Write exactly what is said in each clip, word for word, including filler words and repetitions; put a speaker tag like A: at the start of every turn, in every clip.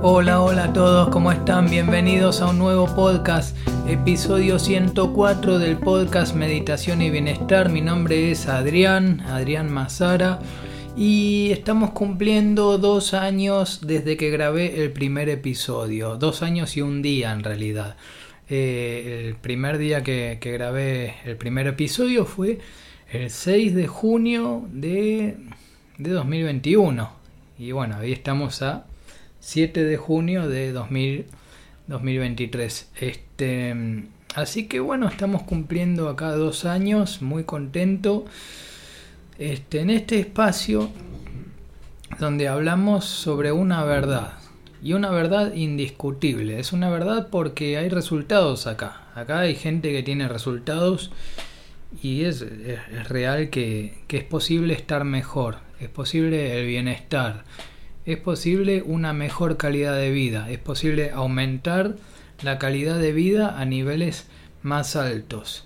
A: Hola, hola a todos, ¿cómo están? Bienvenidos a un nuevo podcast, episodio ciento cuatro del podcast Meditación y Bienestar. Mi nombre es Adrián, Adrián Mazara, y estamos cumpliendo dos años desde que grabé el primer episodio, dos años y un día en realidad. Eh, el primer día que, que grabé el primer episodio fue el seis de junio de, de dos mil veintiuno, y bueno, ahí estamos a siete de junio de dos mil veintitrés. Este, así que bueno, estamos cumpliendo acá dos años, muy contento. Este, en este espacio donde hablamos sobre una verdad, y una verdad indiscutible. Es una verdad porque hay resultados acá. Acá hay gente que tiene resultados y es, es, es real que, que es posible estar mejor, es posible el bienestar. Es posible una mejor calidad de vida, es posible aumentar la calidad de vida a niveles más altos.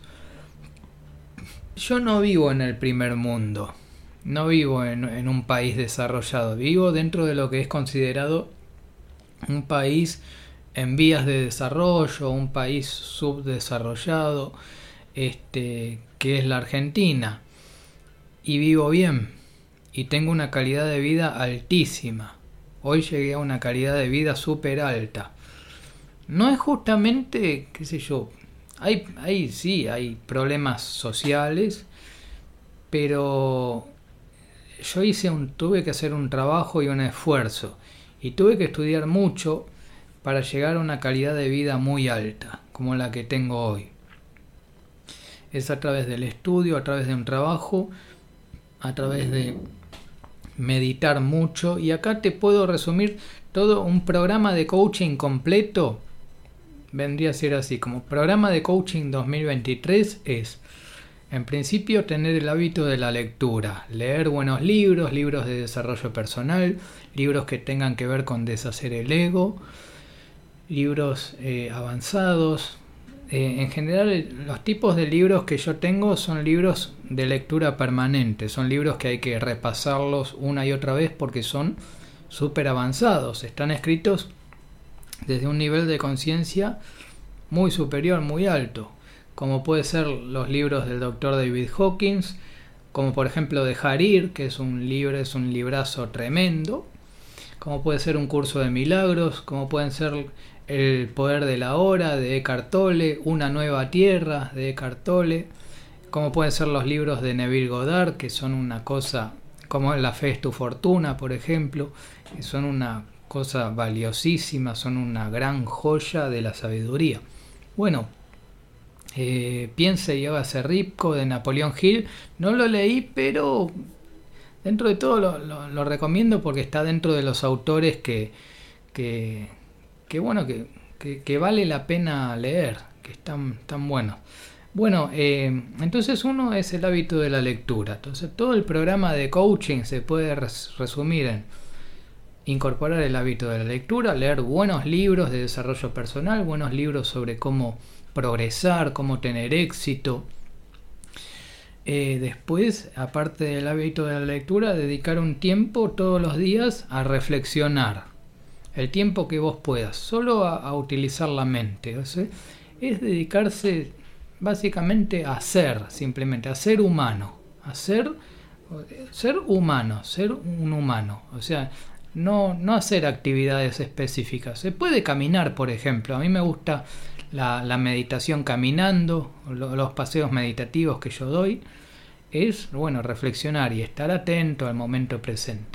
A: Yo no vivo en el primer mundo, no vivo en, en un país desarrollado, vivo dentro de lo que es considerado un país en vías de desarrollo, un país subdesarrollado, este, que es la Argentina, y vivo bien. Y tengo una calidad de vida altísima. Hoy llegué a una calidad de vida súper alta. No es justamente, qué sé yo, hay, hay sí, hay problemas sociales, pero yo hice un, tuve que hacer un trabajo y un esfuerzo. Y tuve que estudiar mucho para llegar a una calidad de vida muy alta, como la que tengo hoy. Es a través del estudio, a través de un trabajo, a través de meditar mucho, y acá te puedo resumir todo un programa de coaching completo. Vendría a ser así, como programa de coaching dos mil veintitrés es, en principio, tener el hábito de la lectura, leer buenos libros, libros de desarrollo personal, libros que tengan que ver con deshacer el ego, libros eh, avanzados. Eh, en general, los tipos de libros que yo tengo son libros de lectura permanente, son libros que hay que repasarlos una y otra vez porque son súper avanzados, están escritos desde un nivel de conciencia muy superior, muy alto, como puede ser los libros del doctor David Hawkins, como por ejemplo Dejar Ir, que es un libro, es un librazo tremendo, como puede ser Un curso de milagros, como pueden ser El poder de la hora de Eckhart Tolle, Una nueva tierra de Eckhart Tolle, como pueden ser los libros de Neville Goddard, que son una cosa, como La fe es tu fortuna, por ejemplo, que son una cosa valiosísima, son una gran joya de la sabiduría. Bueno, eh, Piense y hágase rico de Napoleón Hill, no lo leí, pero dentro de todo lo, lo, lo recomiendo porque está dentro de los autores que... que que bueno, que, que, que vale la pena leer, que están tan buenos. Bueno, eh, entonces uno es el hábito de la lectura. Entonces todo el programa de coaching se puede res- resumir en incorporar el hábito de la lectura, leer buenos libros de desarrollo personal, buenos libros sobre cómo progresar, cómo tener éxito. Eh, después, aparte del hábito de la lectura, dedicar un tiempo todos los días a reflexionar. El tiempo que vos puedas, solo a, a utilizar la mente. O sea, es dedicarse básicamente a ser, simplemente a ser humano, a ser, ser humano, ser un humano. O sea, no, no hacer actividades específicas. Se puede caminar, por ejemplo. A mí me gusta la, la meditación caminando, lo, los paseos meditativos que yo doy. Es, bueno, reflexionar y estar atento al momento presente.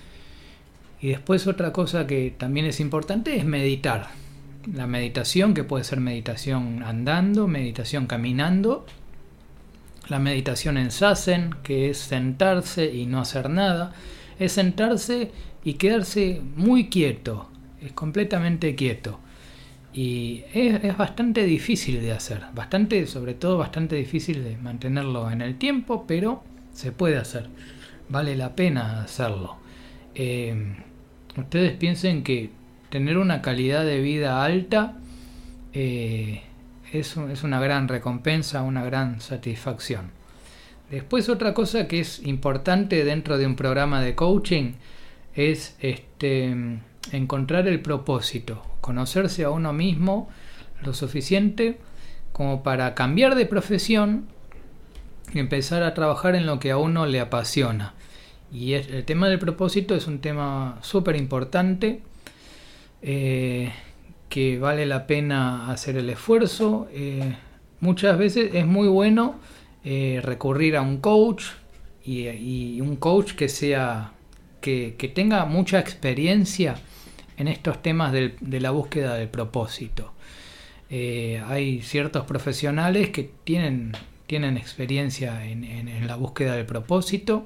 A: Y después otra cosa que también es importante es meditar. La meditación, que puede ser meditación andando, meditación caminando. La meditación en Zazen, que es sentarse y no hacer nada. Es sentarse y quedarse muy quieto, es completamente quieto. Y es, es bastante difícil de hacer, bastante, sobre todo bastante difícil de mantenerlo en el tiempo, pero se puede hacer. Vale la pena hacerlo. Eh, ustedes piensen que tener una calidad de vida alta eh, es, es una gran recompensa, una gran satisfacción. Después otra cosa que es importante dentro de un programa de coaching es este, encontrar el propósito, conocerse a uno mismo lo suficiente como para cambiar de profesión y empezar a trabajar en lo que a uno le apasiona. Y es, el tema del propósito es un tema súper importante, eh, que vale la pena hacer el esfuerzo. Eh, muchas veces es muy bueno eh, recurrir a un coach y, y un coach que sea que, que tenga mucha experiencia en estos temas del, de la búsqueda del propósito. Eh, hay ciertos profesionales que tienen, tienen experiencia en, en, en la búsqueda del propósito.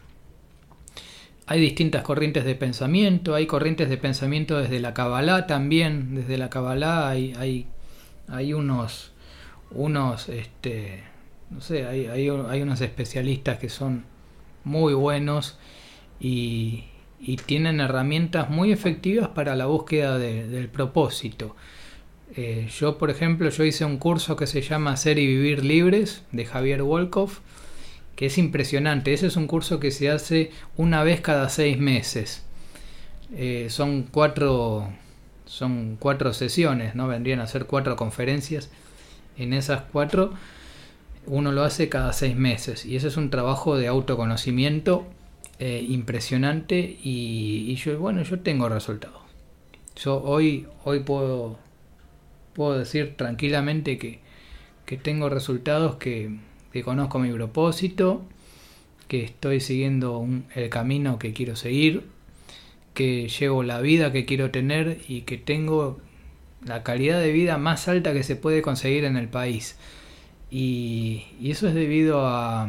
A: Hay distintas corrientes de pensamiento, hay corrientes de pensamiento desde la Kabbalah también. Desde la Kabbalah hay, hay, hay unos, unos este, no sé, hay, hay, hay unos especialistas que son muy buenos y, y tienen herramientas muy efectivas para la búsqueda de, del propósito. Eh, yo, por ejemplo, yo hice un curso que se llama Ser y Vivir Libres, de Javier Wolkoff, que es impresionante. Ese es un curso que se hace una vez cada seis meses. Eh, son cuatro, son cuatro sesiones, ¿no? Vendrían a ser cuatro conferencias. En esas cuatro, uno lo hace cada seis meses. Y ese es un trabajo de autoconocimiento eh, impresionante. Y, y yo, bueno, yo tengo resultados. Yo hoy, hoy puedo, puedo decir tranquilamente que, que tengo resultados, que que conozco mi propósito, que estoy siguiendo un, el camino que quiero seguir, que llevo la vida que quiero tener y que tengo la calidad de vida más alta que se puede conseguir en el país. Y, y eso es debido a,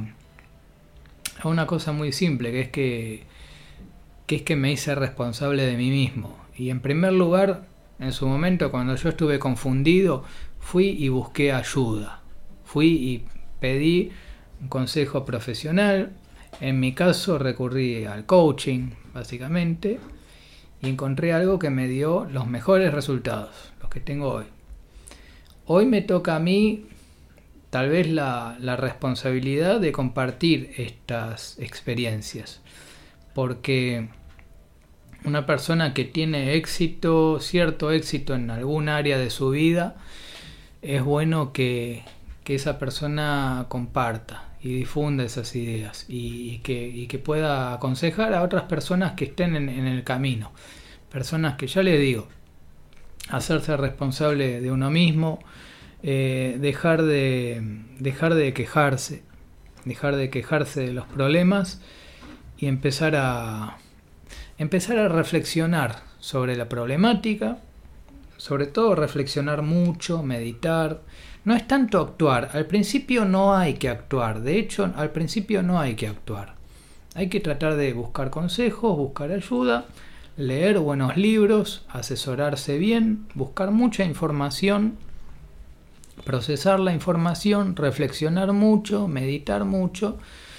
A: a una cosa muy simple, que es que, que es que me hice responsable de mí mismo. Y en primer lugar, en su momento, cuando yo estuve confundido, fui y busqué ayuda. Fui y pedí un consejo profesional. En mi caso recurrí al coaching, básicamente, y encontré algo que me dio los mejores resultados, los que tengo hoy. Hoy me toca a mí tal vez la, la responsabilidad de compartir estas experiencias, porque una persona que tiene éxito, cierto éxito en algún área de su vida, es bueno que que esa persona comparta y difunda esas ideas y, y, que, y que pueda aconsejar a otras personas que estén en, en el camino. Personas que, ya les digo, hacerse responsable de uno mismo, eh, dejar de, dejar de quejarse, dejar de quejarse de los problemas y empezar a, empezar a reflexionar sobre la problemática, sobre todo reflexionar mucho, meditar. No es tanto actuar, al principio no hay que actuar, de hecho al principio no hay que actuar. Hay que tratar de buscar consejos, buscar ayuda, leer buenos libros, asesorarse bien, buscar mucha información, procesar la información, reflexionar mucho, meditar mucho,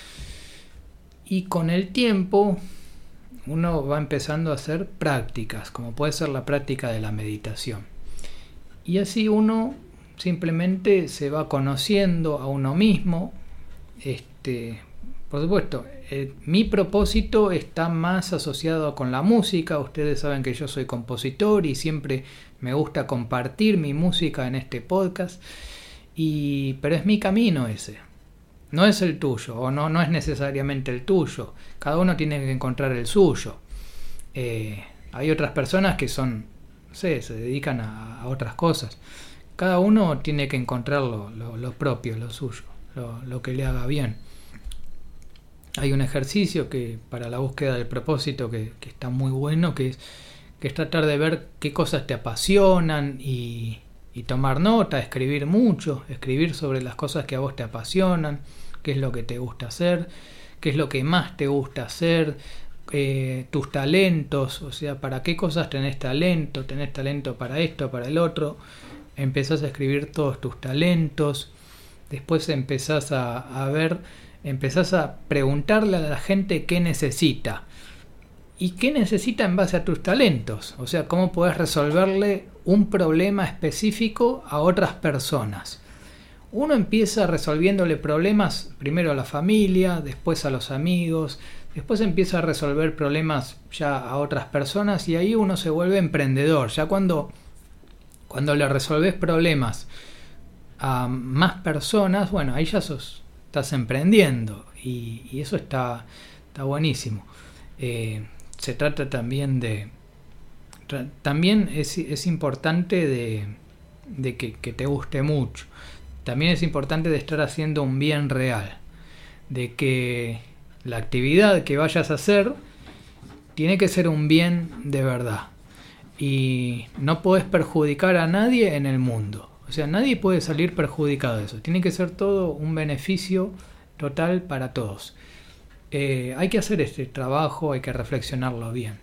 A: y con el tiempo uno va empezando a hacer prácticas, como puede ser la práctica de la meditación. Y así uno simplemente se va conociendo a uno mismo. Este, por supuesto, eh, mi propósito está más asociado con la música. Ustedes saben que yo soy compositor y siempre me gusta compartir mi música en este podcast. Y, pero es mi camino ese. No es el tuyo, o no, no es necesariamente el tuyo. Cada uno tiene que encontrar el suyo. Eh, hay otras personas que son, no sé, se dedican a, a otras cosas. Cada uno tiene que encontrar lo, lo, lo propio, lo suyo, lo, lo que le haga bien. Hay un ejercicio que para la búsqueda del propósito que, que está muy bueno, que es, que es tratar de ver qué cosas te apasionan y, y tomar nota, escribir mucho, escribir sobre las cosas que a vos te apasionan, qué es lo que te gusta hacer, qué es lo que más te gusta hacer, eh, tus talentos, o sea, para qué cosas tenés talento, tenés talento para esto, para el otro. Empezás a escribir todos tus talentos, después empezás a, a ver, empezás a preguntarle a la gente qué necesita y qué necesita en base a tus talentos, o sea, cómo podés resolverle un problema específico a otras personas. Uno empieza resolviéndole problemas primero a la familia, después a los amigos, Después empieza a resolver problemas ya a otras personas y ahí uno se vuelve emprendedor. Ya cuando, cuando le resolves problemas a más personas, bueno, ahí ya sos, estás emprendiendo y, y eso está, está buenísimo. Eh, se trata también de... También es, es importante de, de que, que te guste mucho. También es importante de estar haciendo un bien real. De que la actividad que vayas a hacer tiene que ser un bien de verdad. Y no podés perjudicar a nadie en el mundo. O sea, nadie puede salir perjudicado de eso. Tiene que ser todo un beneficio total para todos. Eh, hay que hacer este trabajo, hay que reflexionarlo bien.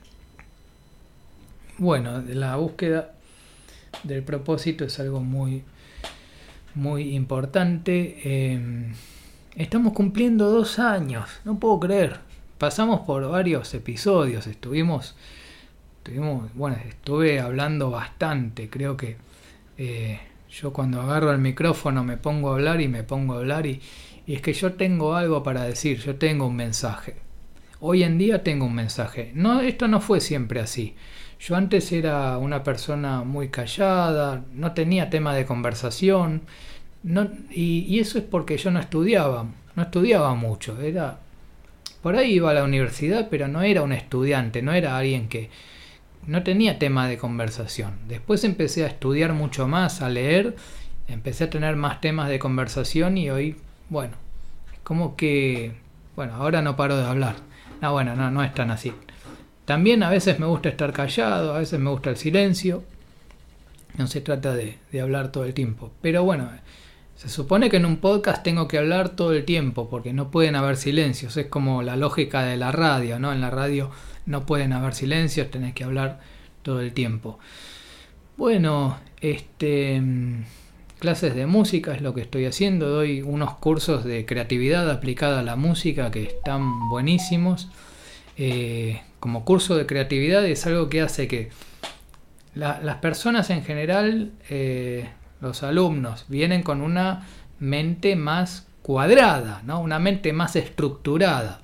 A: Bueno, la búsqueda del propósito es algo muy, muy importante. Eh, estamos cumpliendo dos años, no puedo creer. Pasamos por varios episodios, estuvimos, estuvimos bueno, estuve hablando bastante. Creo que eh, yo cuando agarro el micrófono me pongo a hablar y me pongo a hablar y, y es que yo tengo algo para decir, yo tengo un mensaje. Hoy en día tengo un mensaje. No, esto no fue siempre así. Yo antes era una persona muy callada, no tenía tema de conversación, no, y, y eso es porque yo no estudiaba, no estudiaba mucho. Era, por ahí iba a la universidad, pero no era un estudiante, no era alguien que no tenía tema de conversación. Después empecé a estudiar mucho más, a leer, empecé a tener más temas de conversación y hoy, bueno, es como que, bueno, ahora no paro de hablar. No, bueno, no, no es tan así. También a veces me gusta estar callado, a veces me gusta el silencio. No se trata de, de hablar todo el tiempo. Pero bueno, se supone que en un podcast tengo que hablar todo el tiempo porque no pueden haber silencios. Es como la lógica de la radio, ¿no? En la radio no pueden haber silencios, tenés que hablar todo el tiempo. Bueno, este, clases de música es lo que estoy haciendo. Doy unos cursos de creatividad aplicada a la música que están buenísimos. Eh, como curso de creatividad es algo que hace que la, las personas en general, eh, los alumnos, vienen con una mente más cuadrada, ¿no? Una mente más estructurada.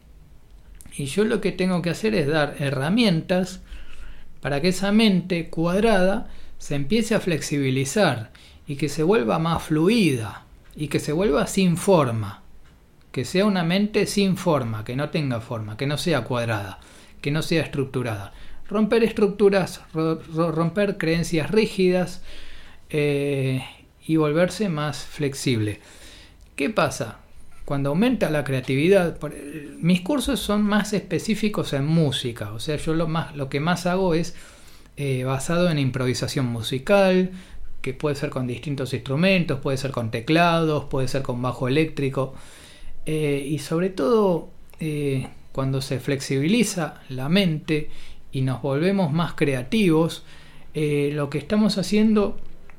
A: Y yo lo que tengo que hacer es dar herramientas para que esa mente cuadrada se empiece a flexibilizar y que se vuelva más fluida y que se vuelva sin forma. Que sea una mente sin forma, que no tenga forma, que no sea cuadrada, que no sea estructurada. Romper estructuras, ro- romper creencias rígidas eh, y volverse más flexible. ¿Qué pasa? Cuando aumenta la creatividad, por, eh, mis cursos son más específicos en música. O sea, yo lo, más, lo que más hago es eh, basado en improvisación musical, que puede ser con distintos instrumentos, puede ser con teclados, puede ser con bajo eléctrico. Eh, y sobre todo eh, cuando se flexibiliza la mente y nos volvemos más creativos, eh, lo que estamos haciendo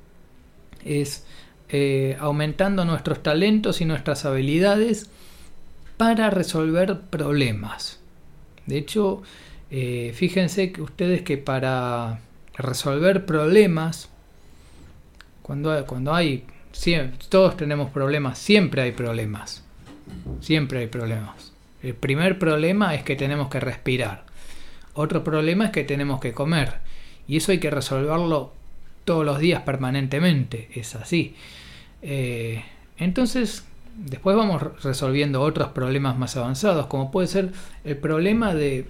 A: es eh, aumentando nuestros talentos y nuestras habilidades para resolver problemas. De hecho, eh, fíjense que ustedes que para resolver problemas, cuando, cuando hay, siempre, todos tenemos problemas, siempre hay problemas. Siempre hay problemas. El primer problema es que tenemos que respirar. Otro problema es que tenemos que comer. Y eso hay que resolverlo todos los días permanentemente. Es así. Eh, entonces, después vamos resolviendo otros problemas más avanzados, como puede ser el problema de,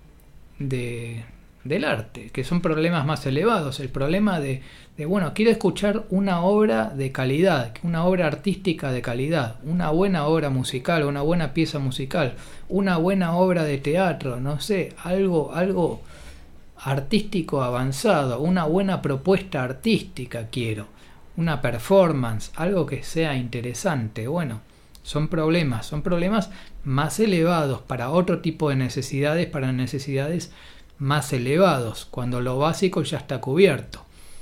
A: de del arte, que son problemas más elevados. El problema de, de, bueno, quiero escuchar una obra de calidad, una obra artística de calidad, una buena obra musical, una buena pieza musical, una buena obra de teatro, no sé, algo, algo artístico avanzado, una buena propuesta artística quiero, una performance, algo que sea interesante. Bueno, son problemas, son problemas más elevados para otro tipo de necesidades, para necesidades más elevados, cuando lo básico ya está cubierto.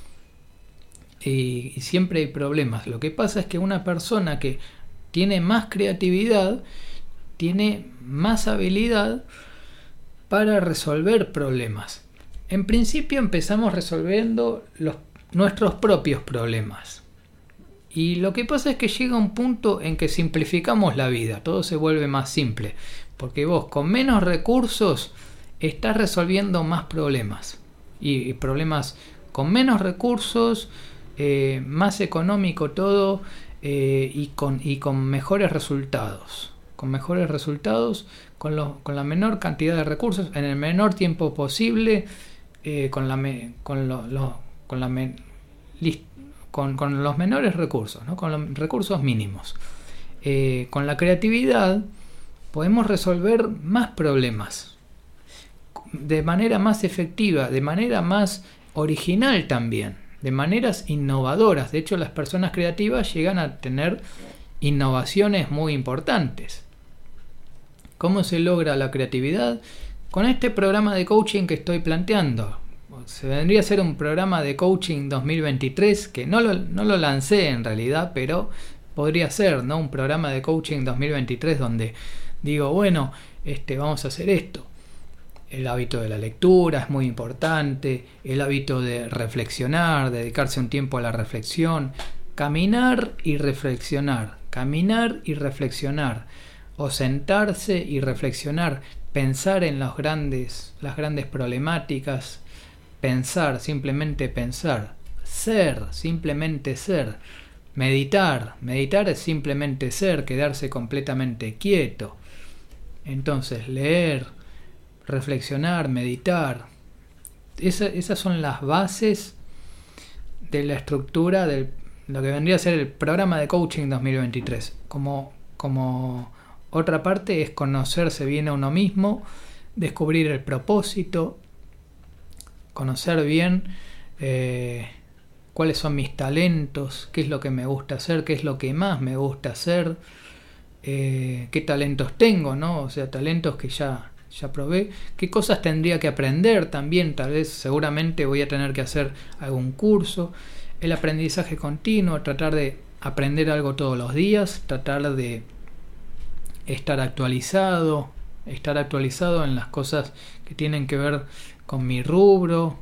A: Y, y siempre hay problemas. Lo que pasa es que una persona que tiene más creatividad, tiene más habilidad para resolver problemas. En principio empezamos resolviendo los, nuestros propios problemas. Y lo que pasa es que llega un punto en que simplificamos la vida, todo se vuelve más simple, porque vos con menos recursos estás resolviendo más problemas, y, y problemas con menos recursos, eh, más económico todo, eh, y, con, y con mejores resultados, con mejores resultados, con, lo, con la menor cantidad de recursos, en el menor tiempo posible, eh, con la, me, con lo, lo, con la me, list, Con, con los menores recursos, ¿no? Con los recursos mínimos. Eh, con la creatividad podemos resolver más problemas de manera más efectiva, de manera más original también, de maneras innovadoras. De hecho, las personas creativas llegan a tener innovaciones muy importantes. ¿Cómo se logra la creatividad? Con este programa de coaching que estoy planteando. Se vendría a ser un programa de coaching dos mil veintitrés, que no lo, no lo lancé en realidad, pero podría ser, ¿no? Un programa de coaching dos mil veintitrés donde digo, bueno, este, vamos a hacer esto. El hábito de la lectura es muy importante, el hábito de reflexionar, dedicarse un tiempo a la reflexión, caminar y reflexionar, caminar y reflexionar, o sentarse y reflexionar, pensar en los grandes, las grandes problemáticas, pensar, simplemente pensar, ser, simplemente ser, meditar, meditar es simplemente ser, quedarse completamente quieto. Entonces, leer, reflexionar, meditar, esa, esas son las bases de la estructura de lo que vendría a ser el programa de coaching dos mil veintitrés. Como, como otra parte es conocerse bien a uno mismo, descubrir el propósito, conocer bien eh, cuáles son mis talentos, qué es lo que me gusta hacer, qué es lo que más me gusta hacer, eh, qué talentos tengo, ¿no? O sea, talentos que ya, ya probé, qué cosas tendría que aprender también, tal vez seguramente voy a tener que hacer algún curso, el aprendizaje continuo, tratar de aprender algo todos los días, tratar de estar actualizado, estar actualizado en las cosas que tienen que ver con mi rubro.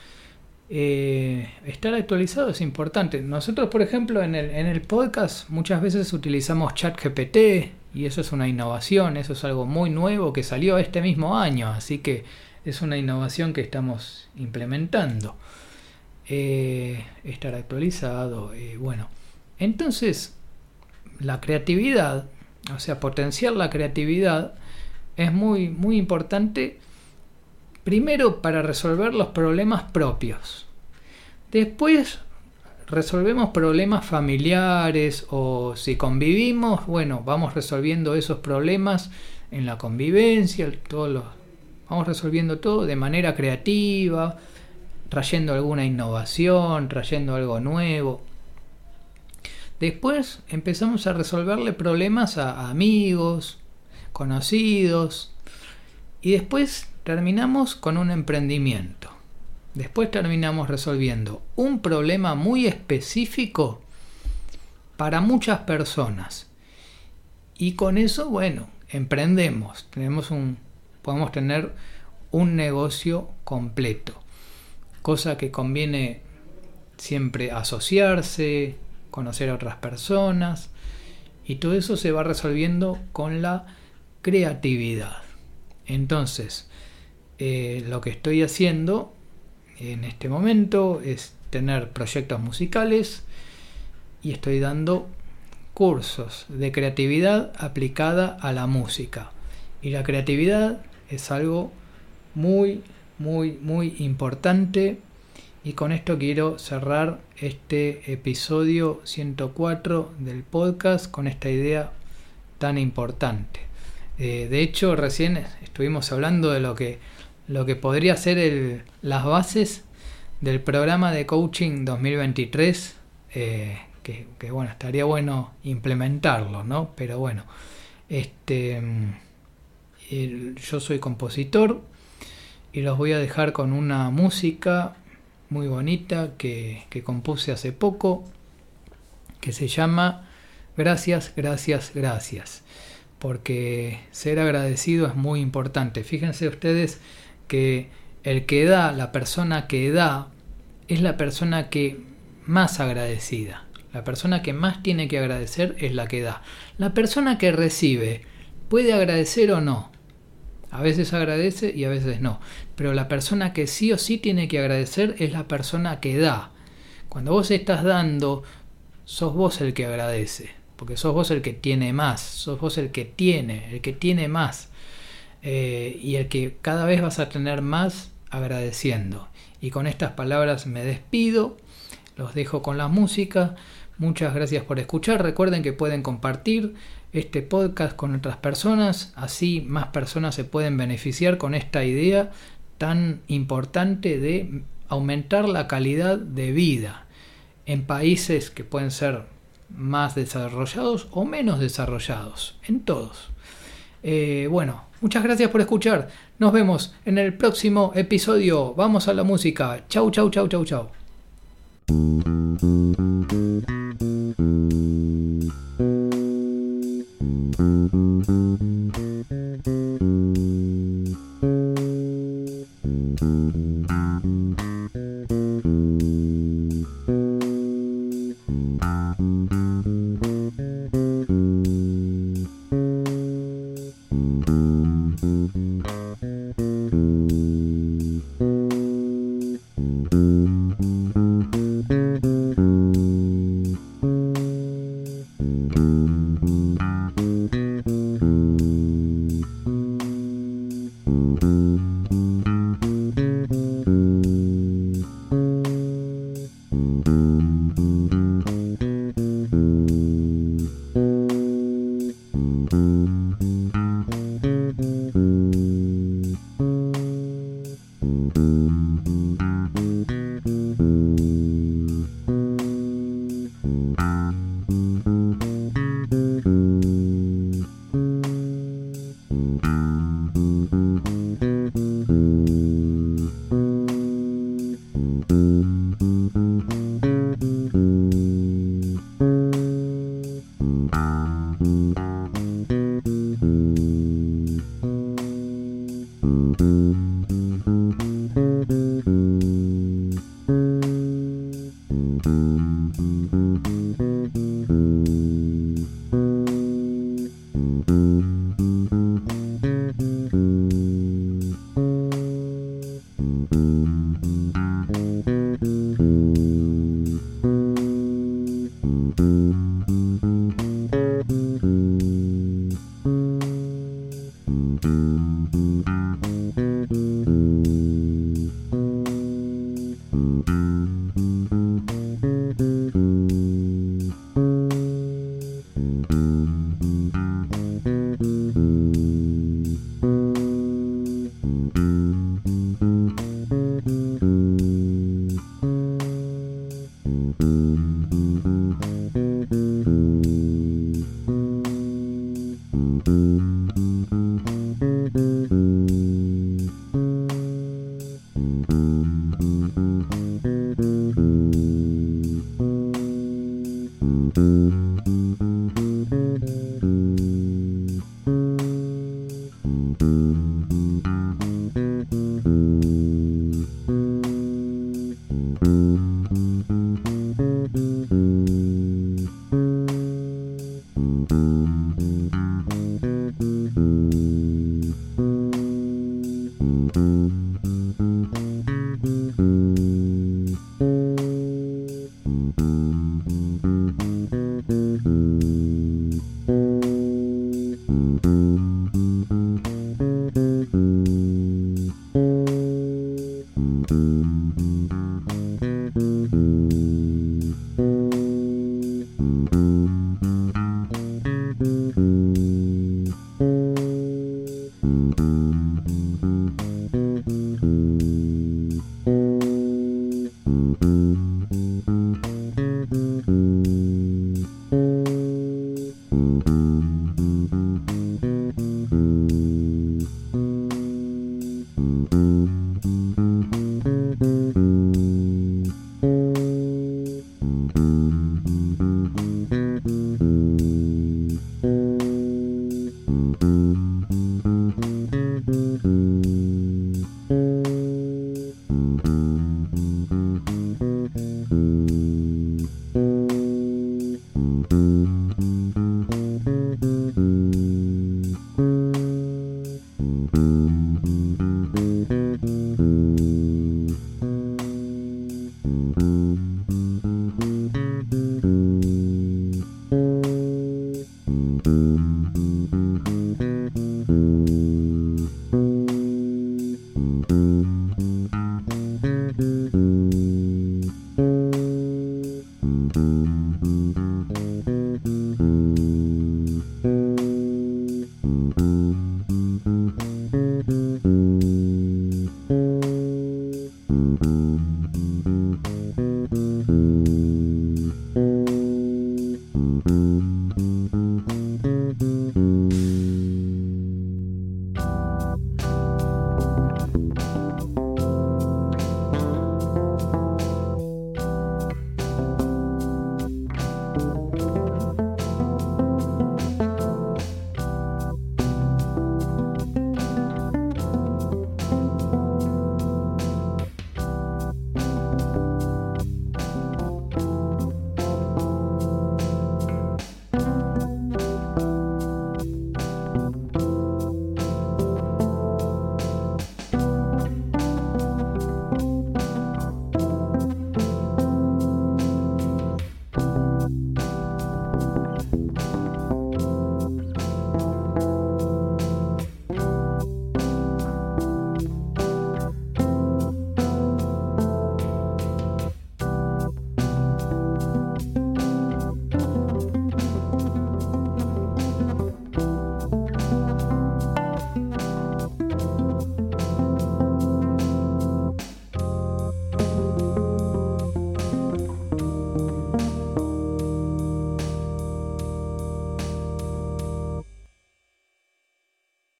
A: Eh, estar actualizado es importante. Nosotros, por ejemplo, en el, en el podcast muchas veces utilizamos ChatGPT y eso es una innovación, eso es algo muy nuevo que salió este mismo año, así que es una innovación que estamos implementando. Eh, estar actualizado, eh, bueno. Entonces, la creatividad, o sea, potenciar la creatividad es muy, muy importante. Primero para resolver los problemas propios. Después resolvemos problemas familiares o si convivimos, bueno, vamos resolviendo esos problemas en la convivencia, todos los, vamos resolviendo todo de manera creativa, trayendo alguna innovación, trayendo algo nuevo. Después empezamos a resolverle problemas a, a amigos, conocidos, y después terminamos con un emprendimiento. Después terminamos resolviendo un problema muy específico para muchas personas. Y con eso, bueno, emprendemos. Tenemos un, podemos tener un negocio completo. Cosa que conviene siempre asociarse, conocer a otras personas. Y todo eso se va resolviendo con la creatividad. Entonces, eh, lo que estoy haciendo en este momento es tener proyectos musicales y estoy dando cursos de creatividad aplicada a la música. Y la creatividad es algo muy, muy, muy importante. Y con esto quiero cerrar este episodio ciento cuatro del podcast con esta idea tan importante. Eh, de hecho, recién estuvimos hablando de lo que, lo que podría ser el, las bases del programa de coaching dos mil veintitrés, eh, que, que bueno, estaría bueno implementarlo, ¿no? Pero bueno, este, el, yo soy compositor y los voy a dejar con una música muy bonita que, que compuse hace poco, que se llama Gracias, Gracias, Gracias. Porque ser agradecido es muy importante. Fíjense ustedes que el que da, la persona que da, es la persona que más agradecida. La persona que más tiene que agradecer es la que da. La persona que recibe puede agradecer o no. A veces agradece y a veces no. Pero la persona que sí o sí tiene que agradecer es la persona que da. Cuando vos estás dando, sos vos el que agradece. Porque sos vos el que tiene más. Sos vos el que tiene, el que tiene más. Eh, y el que cada vez vas a tener más agradeciendo. Y con estas palabras me despido. Los dejo con la música. Muchas gracias por escuchar. Recuerden que pueden compartir este podcast con otras personas. Así más personas se pueden beneficiar con esta idea tan importante de aumentar la calidad de vida en países que pueden ser más desarrollados o menos desarrollados. En todos. Eh, bueno, muchas gracias por escuchar. Nos vemos en el próximo episodio. Vamos a la música. Chau, chau, chau, chau, chau.